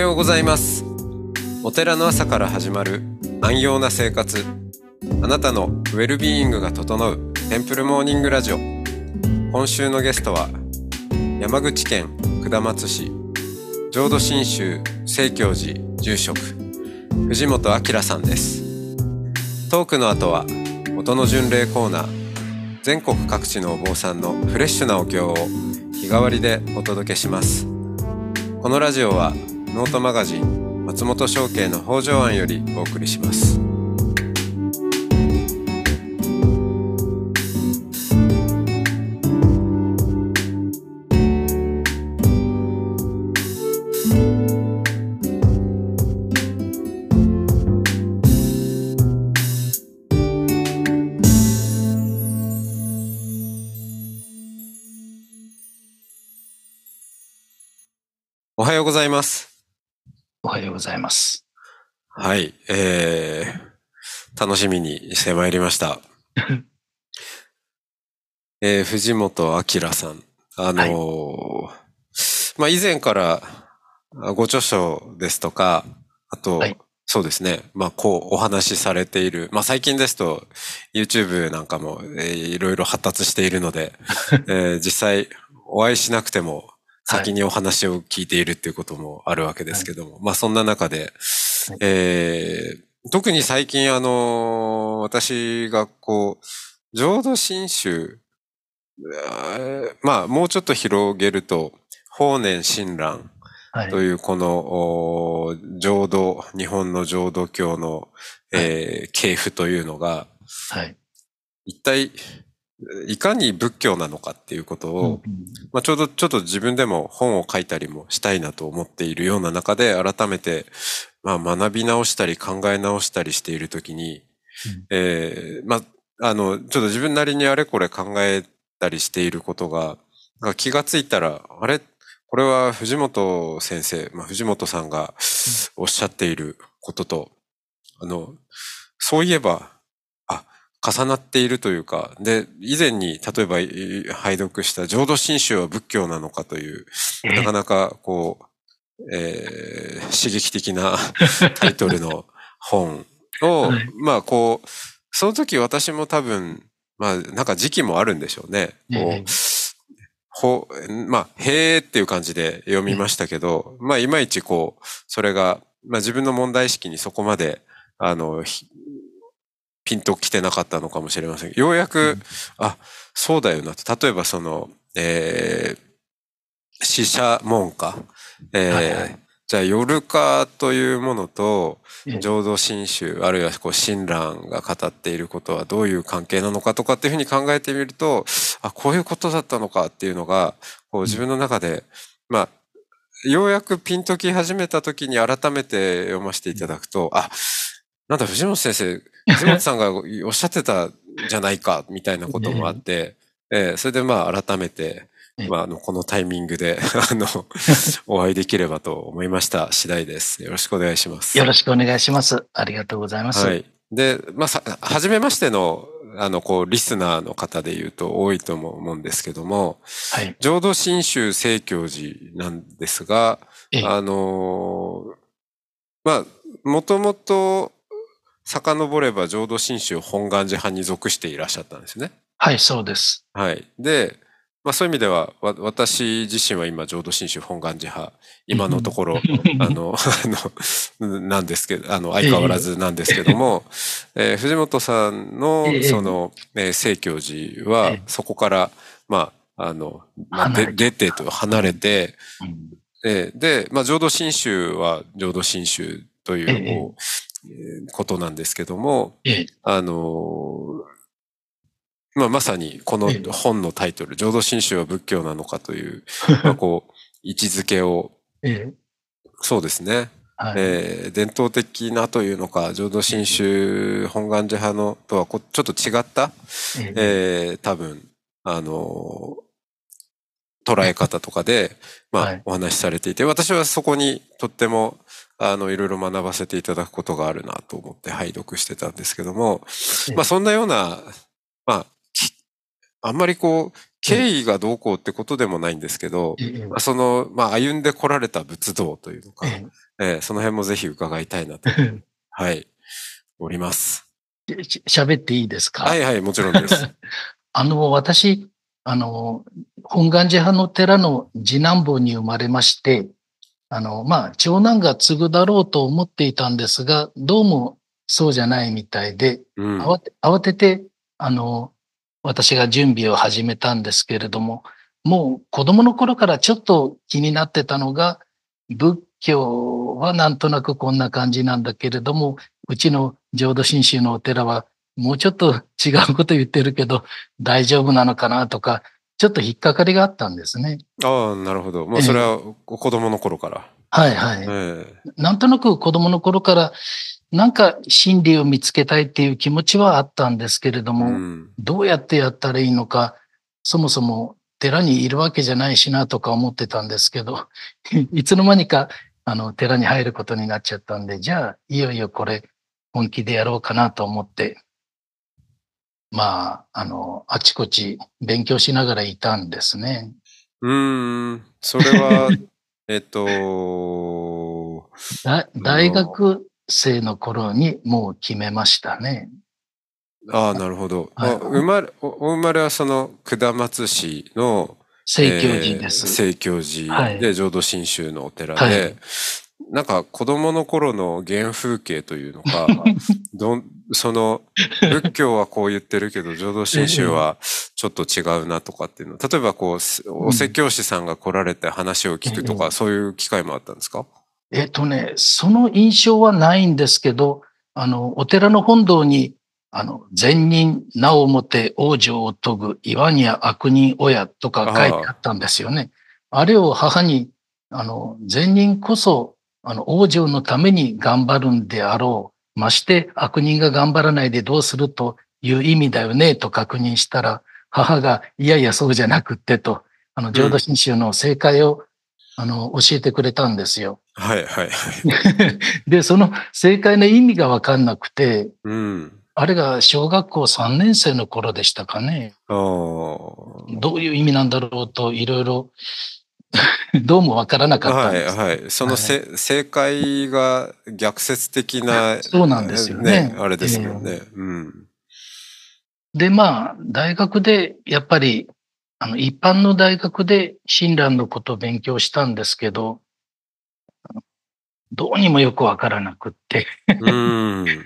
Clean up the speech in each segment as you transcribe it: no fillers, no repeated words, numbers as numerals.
ようございます。お寺の朝から始まる安養な生活、あなたのウェルビーイングが整うテンプルモーニングラジオ。今週のゲストは山口県下松市浄土真宗聖教寺住職藤本明さんです。トークの後は音の巡礼コーナー、全国各地のお坊さんのフレッシュなお経を日替わりでお届けします。このラジオはノートマガジン松本商家の北条庵よりお送りします。おはようございます。 おはようございます。 はい、楽しみにしてまいりました。藤本明さん、以前からご著書ですとか、あと、そうですね、こうお話しされている、最近ですと YouTube なんかも、いろいろ発達しているので、実際お会いしなくても先にお話を聞いているっていうこともあるわけですけども、そんな中で、特に最近私が浄土真宗、もうちょっと広げると、法然親鸞というこの、日本の浄土教の、系譜というのが、一体、いかに仏教なのかっていうことを、ちょっと自分でも本を書いたりもしたいなと思っているような中で、改めて、学び直したり考え直したりしているときに、ちょっと自分なりにあれこれ考えたりしていることが、気がついたら、これは藤本先生、藤本さんがおっしゃっていることと、そういえば、重なっているというか、で、以前に例えば拝読した浄土真宗は仏教なのかという、なかなか刺激的なタイトルの本を、その時私も多分、なんか時期もあるんでしょうね。へーっていう感じで読みましたけど、いまいちそれが、自分の問題意識にそこまで、ピンと来てなかったのかもしれません。ようやく、そうだよなと。例えば死者門下。じゃあ、夜化というものと、浄土真宗、あるいは親鸞が語っていることはどういう関係なのかとかっていうふうに考えてみると、こういうことだったのかっていうのが、自分の中で、ようやくピンとき始めた時に改めて読ませていただくと、なんだ、藤本先生、藤本さんがおっしゃってたじゃないか、みたいなこともあって、それで改めて、このタイミングで、お会いできればと思いました次第です。よろしくお願いします。 よろしくお願いします。ありがとうございます。 はい。で、はじめましての、リスナーの方で言うと多いと思うんですけども、浄土真宗聖教寺なんですが、もともと遡れば浄土真宗本願寺派に属していらっしゃったんですね。 はい、そうです。 はい。で、そういう意味では、私自身は今浄土真宗本願寺派、今のところ、なんですけど、相変わらずなんですけども、藤本さんの、聖教寺は、そこから、出てと離れて、で、浄土真宗は浄土真宗ということなんですけども、まさにこの本のタイトル、浄土真宗は仏教なのかという、位置づけを、そうですね、伝統的なというのか、浄土真宗本願寺派のとはちょっと違った、多分、捉え方とかで、お話しされていて、私はそこにとっても、いろいろ学ばせていただくことがあるなと思って拝読してたんですけども、そんなような、あんまり経緯がどうこうってことでもないんですけど、歩んでこられた仏道というのか、 その辺もぜひ伺いたいなと、はい、おります。 喋っていいですか？ はいはい、もちろんです。 私、本願寺派の寺の次男坊に生まれまして、長男が継ぐだろうと思っていたんですが、どうもそうじゃないみたいで、 うん、 慌てて、私が準備を始めたんですけれども、もう子供の頃からちょっと気になってたのが、仏教はなんとなくこんな感じなんだけれども、うちの浄土真宗のお寺はもうちょっと違うこと言ってるけど大丈夫なのかなとか、ちょっと引っかかりがあったんですね。 ああ、なるほど。もうそれえは子供の頃から。 はいはえい。 え、 なんとなく子供の頃からなんか真理を見つけたいっていう気持ちはあったんですけれども、 うん。 どうやってやったらいいのか、そもそも寺にいるわけじゃないしなとか思ってたんですけど、いつの間にか寺に入ることになっちゃったんで、じゃあいよいよこれ本気でやろうかなと思って、あちこち勉強しながらいたんですね。 それは、えっと、 大学生の頃にもう決めましたね。 ああ、なるほど。 はい。 お生まれはその、下松市の、 正教寺です。 正教寺はい。 で浄土真宗のお寺で、 はい。 なんか子供の頃の原風景というのか、その、仏教はこう言ってるけど、浄土え真宗え、 はちょっと違うなとかっていうの。例えばこう、お説うん。 教師さんが来られて話を聞くとか、 ええ、 そういう機会もあったんですか？ その印象はないんですけど、お寺の本堂に、善人名をもて往生を遂ぐ岩には悪人親とか書いてああ、 あったんですよね。あれを母に、善人こそ、往生のために頑張るんであろう。まして悪人が頑張らないでどうするという意味だよね、と確認したら、母が、いやいや、そうじゃなくってと、浄土うん。 真宗の正解を、教えてくれたんですよ。 はいはいはい。 で、その正解の意味がわかんなくて、 うん。 あれが小学校3年生の頃でしたかね。 ああ。 どういう意味なんだろうと、いろいろ、どうもわからなかったはいんです。 はい。そのはい。 正解が逆説的な、 そうなんですよね、 ね。 あれですもんね。うん。 で、大学で、やっぱり、一般の大学で親鸞のことを勉強したんですけど、どうにもよくわからなくって。 うん。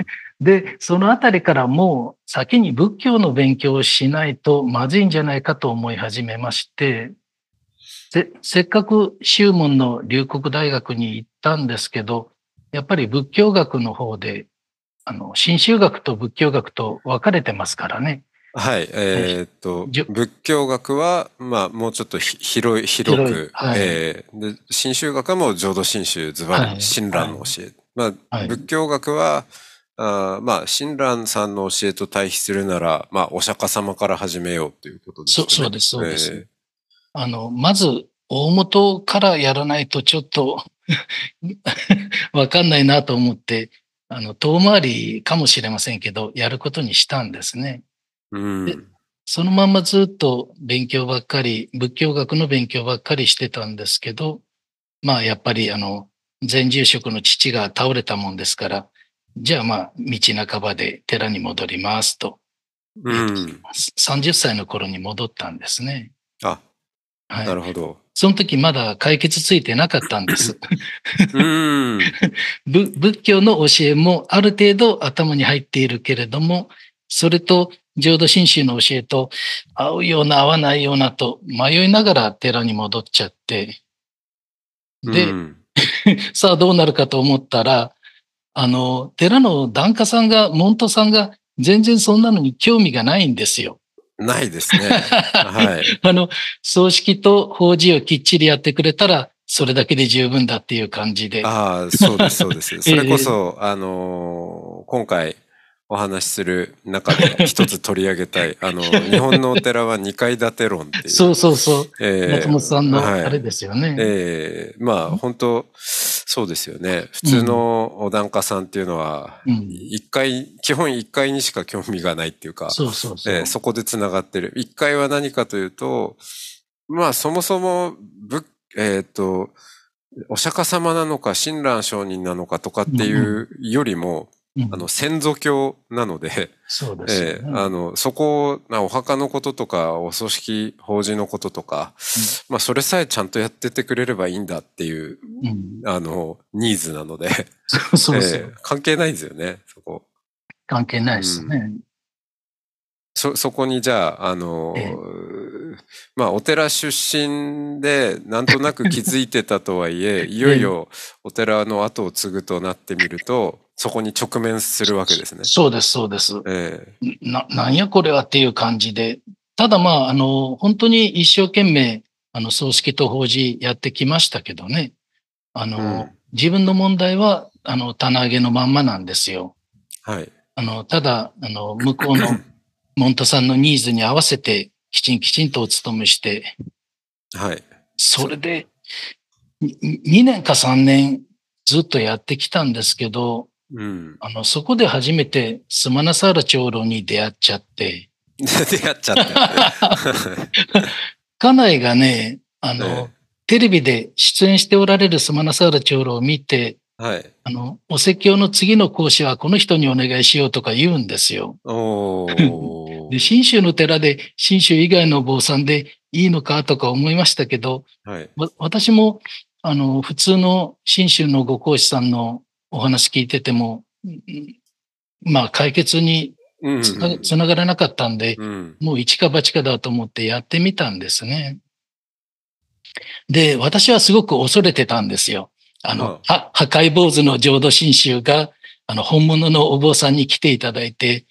で、そのあたりからもう先に仏教の勉強をしないとまずいんじゃないかと思い始めまして、せっかく宗門の龍谷大学に行ったんですけど、やっぱり仏教学の方で、神宗学と仏教学と分かれてますからね。 はい。 じゅ仏教学は、まあ、もうちょっと広広い。 く、 はい。 で、真宗学はもう浄土真宗、ズバリ、 はい。 親鸞はい。 の教え。まあ、 はい。 仏教学は、まあ、親鸞さんの教えと対比するなら、まあ、お釈迦様から始めようということですかね。 そうです、そうです。まず、大元からやらないとちょっとわかんないなと思って、遠回りかもしれませんけど、やることにしたんですね。 うで、 ん。 そのまんまずっと勉強ばっかり、仏教学の勉強ばっかりしてたんですけど、やっぱり前住職の父が倒れたもんですから、じゃあ道半ばで寺に戻りますとう言って、 ん。 30歳の頃に戻ったんですね。 あ、 はい。 なるほど。 その時まだ解決ついてなかったんです。 うーん。 仏教の教えもある程度頭に入っているけれども、それと浄土真宗の教えと合うような合わないようなと迷いながら寺に戻っちゃって、で、 うん。 さあどうなるかと思ったら、寺の檀家さんが、門徒さんが全然そんなのに興味がないんですよ。 ないですね。はい。 葬式と法事をきっちりやってくれたら、それだけで十分だっていう感じで。 ああ、そうです、そうです。それこええ、 そ、今回お話しする中で一つ取り上げたい、日本のお寺は二階建て論っていう、 そうそう。松本さんのはい。 あれですよね。 まあ、本当そうですよね。普通うん。 のお檀家さんっていうのは、 うん。 基本一階にしか興味がないっていうか、 そうそうそそこでつながってる。一階は何かというと、まあ、そもそも、ぶ、えっと、 お釈迦様なのか、親鸞上人なのかとかっていうよりも、先祖教なので、 そうですよね。 そこを、お墓のこととか、お葬式、法事のこととか、それさえちゃんとやっててくれればいいんだっていう、ニーズなので、 そうそう。 関係ないんですよね、そこ。 関係ないですね。 そこにじゃあ、お寺出身でなんとなく気づいてたとはいえ、いよいよお寺の後を継ぐとなってみると、そこに直面するわけですね。 そうです、そうです。なんやこれはっていう感じで。ただ本当に一生懸命、葬式と法事やってきましたけどね。自分の問題は、棚上げのまんまなんですよ。 はい。 ただ、向こうのモンタさんのニーズに合わせて、きちんとお勤めして、 はい。 それで、2年か3年ずっとやってきたんですけど、そこで初めてスマナサーラ長老に出会っちゃって。 出会っちゃって。 家内がね、テレビで出演しておられるスマナサーラ長老を見て、 はい。 お説教の次の講師はこの人にお願いしようとか言うんですよ。で、信州の寺で信州以外の坊さんでいいのかとか思いましたけど、 はい、 私も、普通の信州のご講師さんのお話聞いてても、解決につながらなかったんで、もう一か八かだと思ってやってみたんですね。で、私はすごく恐れてたんですよ。破壊坊主の浄土真宗が、本物のお坊さんに来ていただいて、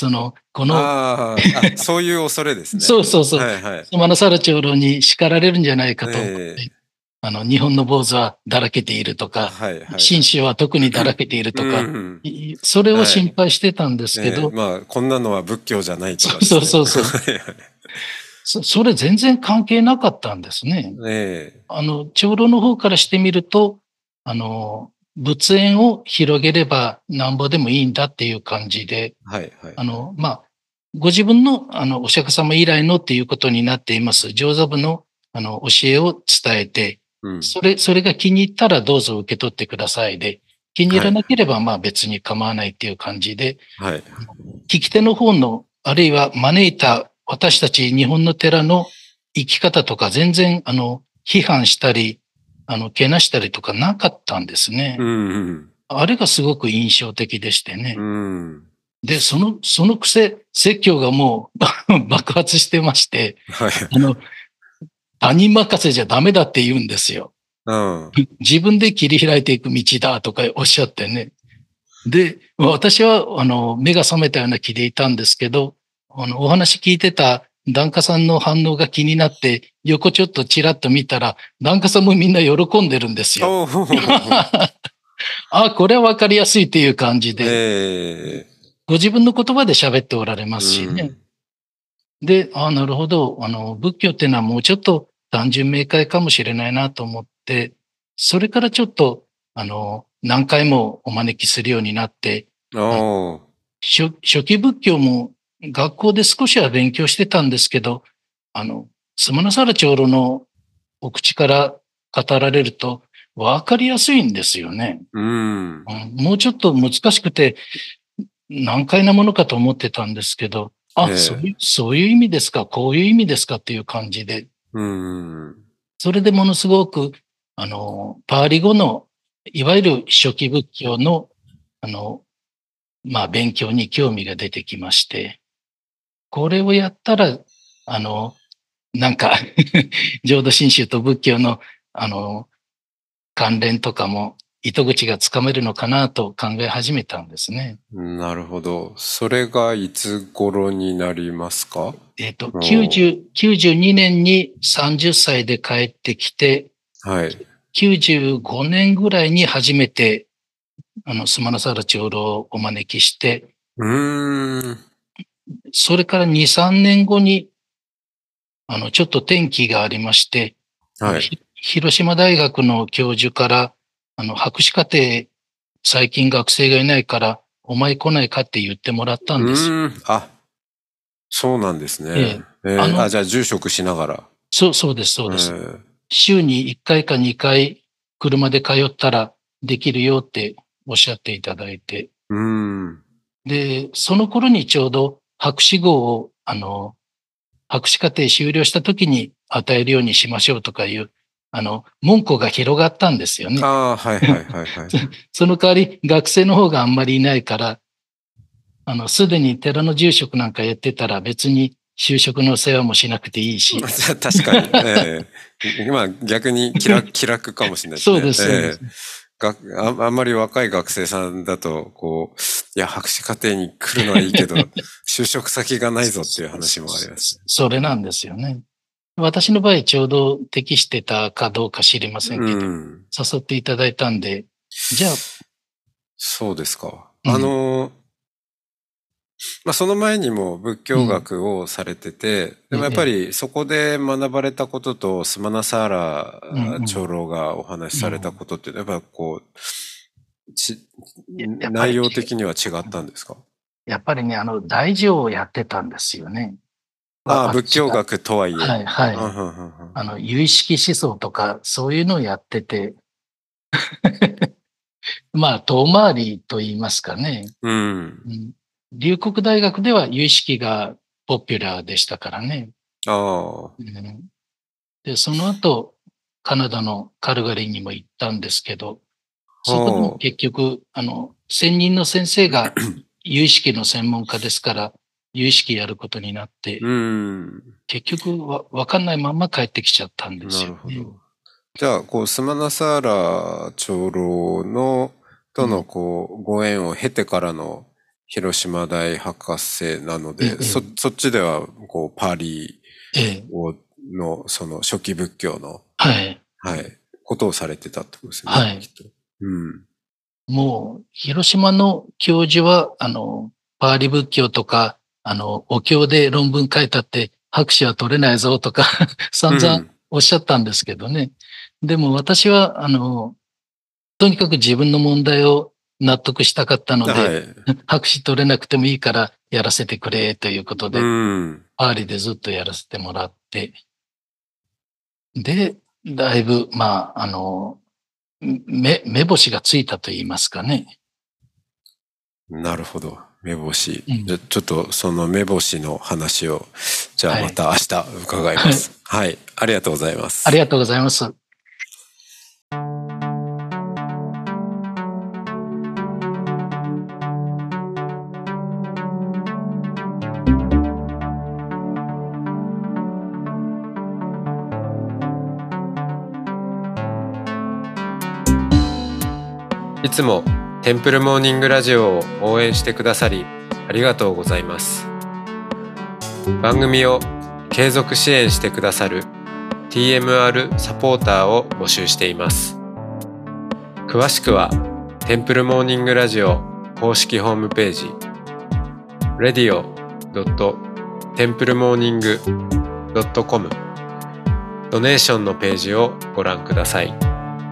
そういう恐れですね。 そうそうそう。はいはい。スマナサラ長老に叱られるんじゃないかと思って、日本の坊主はだらけているとか、真宗は特にだらけているとか、それを心配してたんですけど。 こんなのは仏教じゃないとかですね。そうそうそう。それ全然関係なかったんですね。長老の方からしてみると、仏縁を広げればなんぼでもいいんだっていう感じで、ご自分の、お釈迦様以来のっていうことになっています。上座部の、教えを伝えて、それが気に入ったらどうぞ受け取ってくださいで、気に入らなければ別に構わないっていう感じで、聞き手の方の、あるいは招いた私たち日本の寺の生き方とか全然、批判したり、けなしたりとかなかったんですね。あれがすごく印象的でしてね。で、そのくせ、説教がもう爆発してまして、他人任せじゃダメだって言うんですよ。自分で切り開いていく道だとかおっしゃってね。で、私は、目が覚めたような気でいたんですけど、お話聞いてた檀家さんの反応が気になって、横ちょっとチラッと見たら、檀家さんもみんな喜んでるんですよ。これはわかりやすいっていう感じで、ご自分の言葉で喋っておられますしね。で、なるほど。仏教っていうのはもうちょっと単純明快かもしれないなと思って、それからちょっと、何回もお招きするようになって、初期仏教も学校で少しは勉強してたんですけど、スマナサラ長老のお口から語られると分かりやすいんですよね。もうちょっと難しくて難解なものかと思ってたんですけど、そういう意味ですか、こういう意味ですかっていう感じで。それでものすごく、パーリ語の、いわゆる初期仏教の、勉強に興味が出てきまして、これをやったら、なんか浄土真宗と仏教の、関連とかも、糸口がつかめるのかなと考え始めたんですね。 なるほど。それがいつ頃になりますか ？92年に30歳で帰ってきて、95年ぐらいに初めて、スマナサラ長老をお招きして、それから2、3年後に、ちょっと転機がありまして、広島大学の教授から、博士課程、最近学生がいないから、お前来ないかって言ってもらったんです。 そうなんですね。じゃあ住職しながら。 そうです。週に1回か2回、 車で通ったらできるよっておっしゃっていただいて。で、その頃にちょうど博士号を、博士課程修了した時に与えるようにしましょうとかいう、門戸が広がったんですよね。 はいはいはいはい。 その代わり学生の方があんまりいないから、すでに寺の住職なんかやってたら別に就職の世話もしなくていいし。 確かに。今逆に気楽かもしれないですね。 そうです、そうです。 あんまり若い学生さんだと、いや、博士課程に来るのはいいけど、就職先がないぞっていう話もあります。 それなんですよね。私の場合ちょうど適してたかどうか知りませんけど、誘っていただいたんで、じゃあ。 そうですか。その前にも仏教学をされてて、でもやっぱりそこで学ばれたことと、スマナサーラ長老がお話しされたことって、やっぱ内容的には違ったんですか？ やっぱりね、大乗をやってたんですよね。 仏教学とはいえ。 はいはい。有意識思想とか、そういうのをやってて、遠回りと言いますかね。龍谷大学では有意識がポピュラーでしたからね。で、その後、カナダのカルガリーにも行ったんですけど、そこでも結局、専任の先生が有意識の専門家ですから、有意識やることになって、結局わかんないまま帰ってきちゃったんですよ、ね。なるほど。 じゃあ、スマナサーラ長老とのご縁を経てからの広島大博士なので、そっちではパーリーのその初期仏教の、ことをされてたってことですね。きっと。 もう、広島の教授は、パーリ仏教とか、お経で論文書いたって博士は取れないぞとか散々おっしゃったんですけどね。でも私は、とにかく自分の問題を納得したかったので、博士取れなくてもいいからやらせてくれということで、パーリでずっとやらせてもらって、で、だいぶ、目星がついたと言いますかね。 なるほど。目星。じゃちょっとその目星の話を、じゃあまた明日伺います。はい。ありがとうございます。 ありがとうございます。 いつもテンプルモーニングラジオを応援してくださりありがとうございます。番組を継続支援してくださる TMR サポーターを募集しています。詳しくはテンプルモーニングラジオ公式ホームページ radio.templemorning.com ドネーションのページをご覧ください。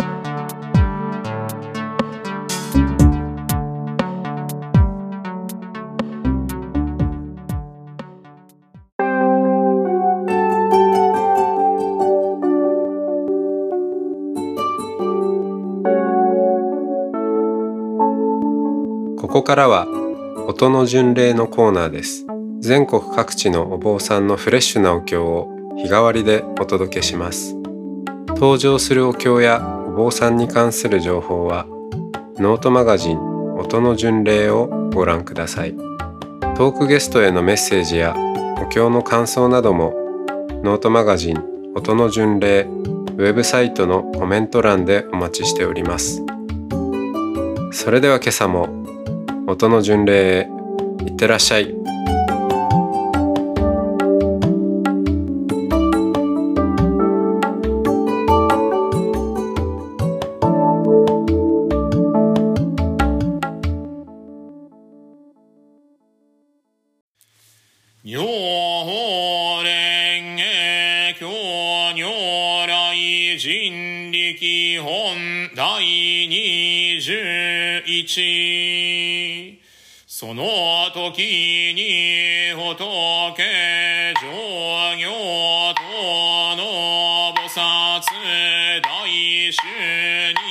ここからは音の巡礼のコーナーです。全国各地のお坊さんのフレッシュなお経を日替わりでお届けします。登場するお経やお坊さんに関する情報はノートマガジン音の巡礼をご覧ください。トークゲストへのメッセージやお経の感想などもノートマガジン音の巡礼ウェブサイトのコメント欄でお待ちしております。それでは今朝も音の巡礼へいってらっしゃい。 妙法蓮華経如来人力本第21その時に仏上行等の菩薩大衆に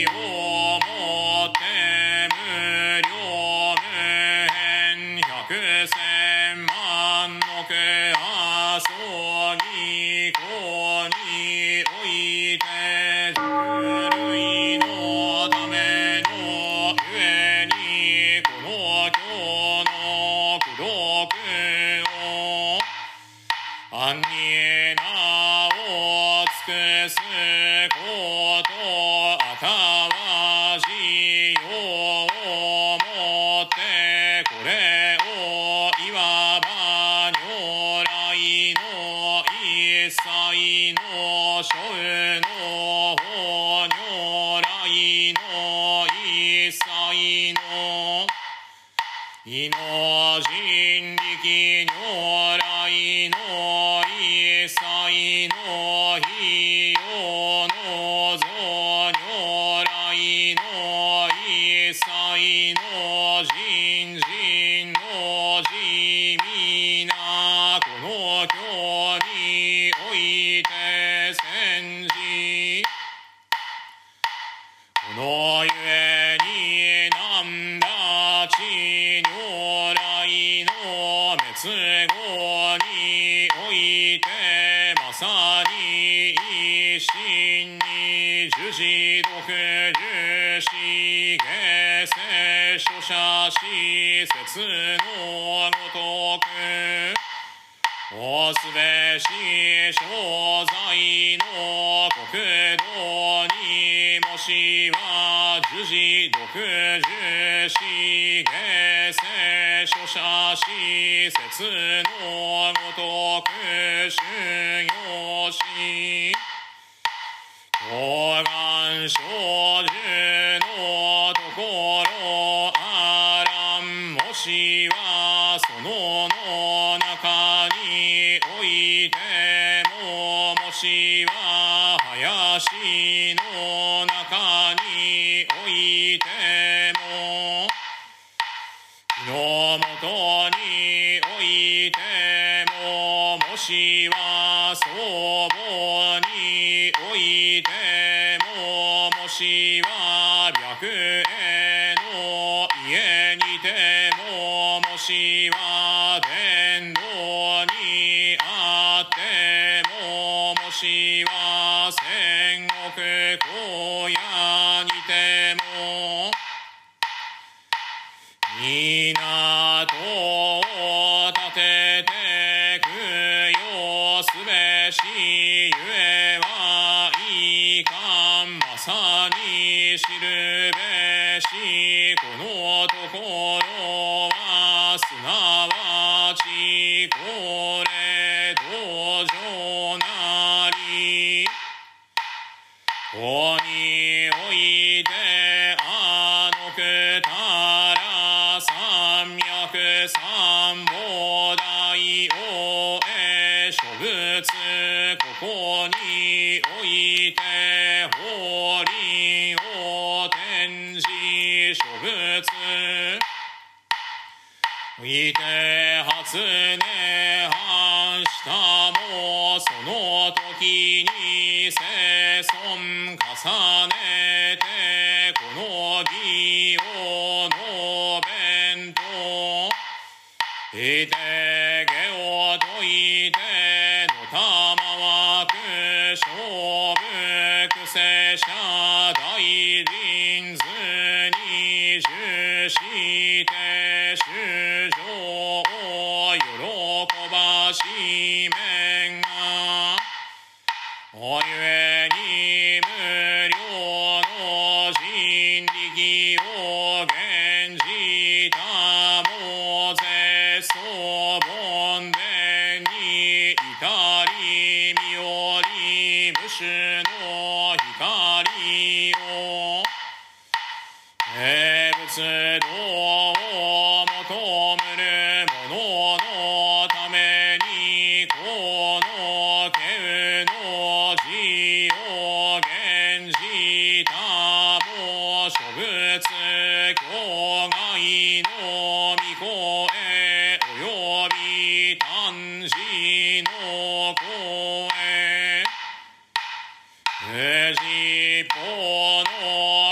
の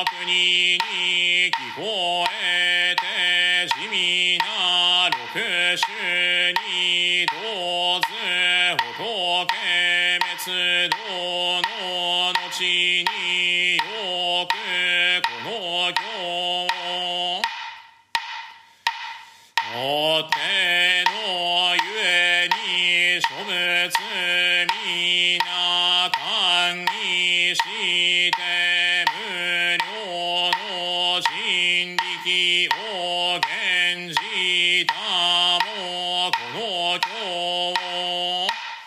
国に聞こえて地味な六種に同ず仏滅度の後によくこの経お手のゆえに諸仏皆歓喜して無量の人力を現じたもこの経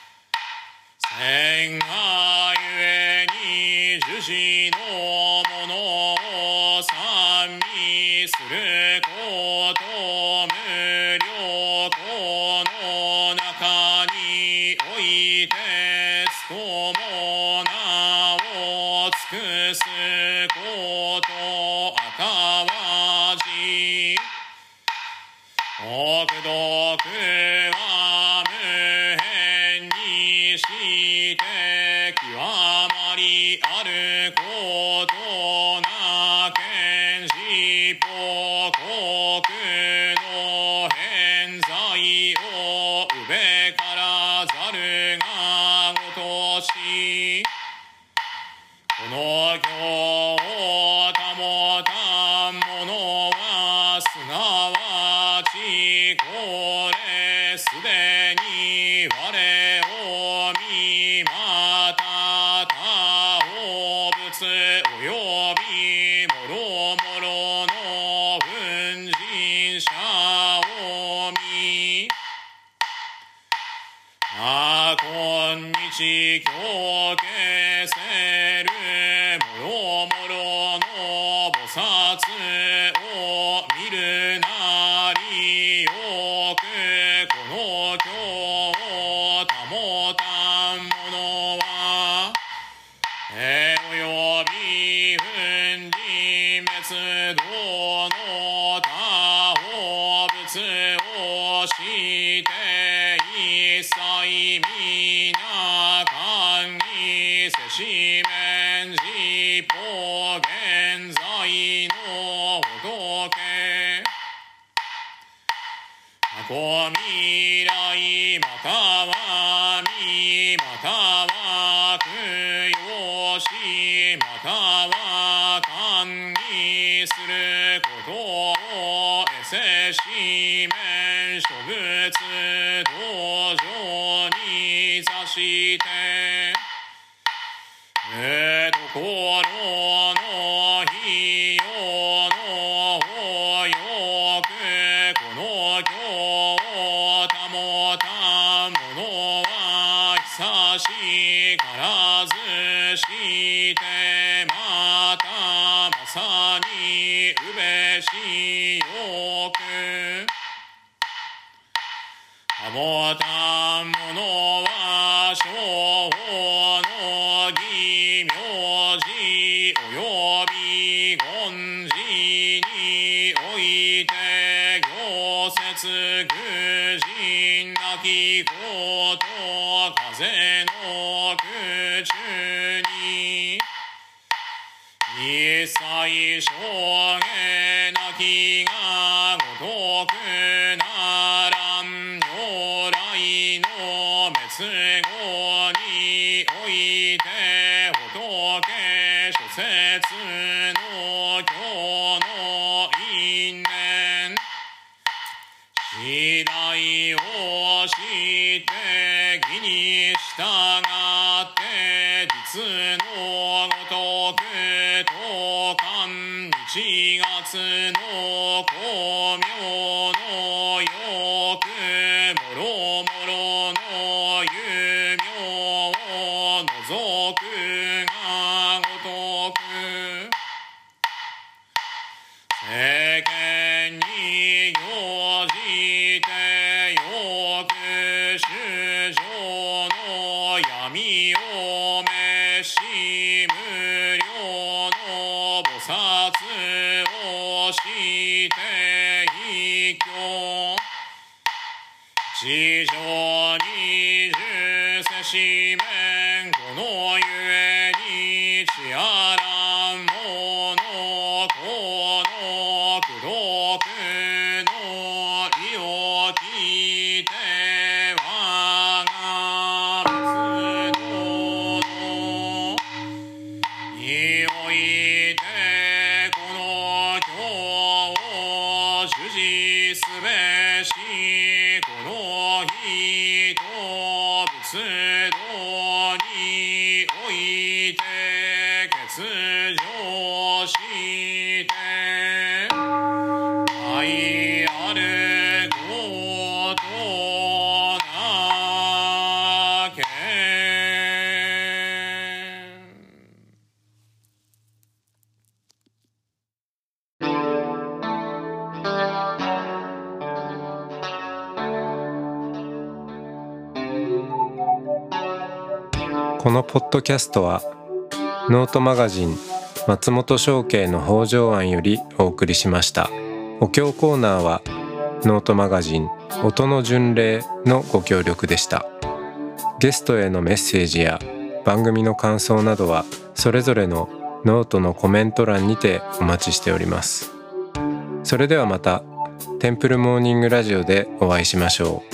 千がゆえに樹脂のものを賛美すること無量この中においてすこも名を尽くすことあたわじ奥読は無辺にして極まりあることなけんじぽ国の偏在をうべからざるがごとしこの経を保たんものはすなわちこれすでに我を見また他法仏およびもろもろの分人者を見今日今日消せるもろもろの菩薩を見るなりよくこの経を保たんものはおよび分人滅度の他法仏をして一切皆歓喜せしめんじぽ現在の仏過去未来または未または供養しまたは歓喜することを得せしめん諸仏道場に座してところの費用の方よくこの経を保たんものは久しからずしてまたまさにうべしよく保たんものは正法の義名字および言字において行説愚人なきこと風の空中に一切証言なきがごとくならん如来の滅後において仏諸説の経の因縁次第をして義に従って実のごとく当観1月の光明のよくもろもろの有名を除くがごとく世間に行じてよく衆生の闇を滅し無量の菩薩をして一挙地上に十世四面このゆえにちあらんものして愛あることなけ。 このポッドキャストはノートマガジン松本商家の北条庵よりお送りしました。お経コーナーはノートマガジン音の巡礼のご協力でした。ゲストへのメッセージや番組の感想などはそれぞれのノートのコメント欄にてお待ちしております。それではまたテンプルモーニングラジオでお会いしましょう。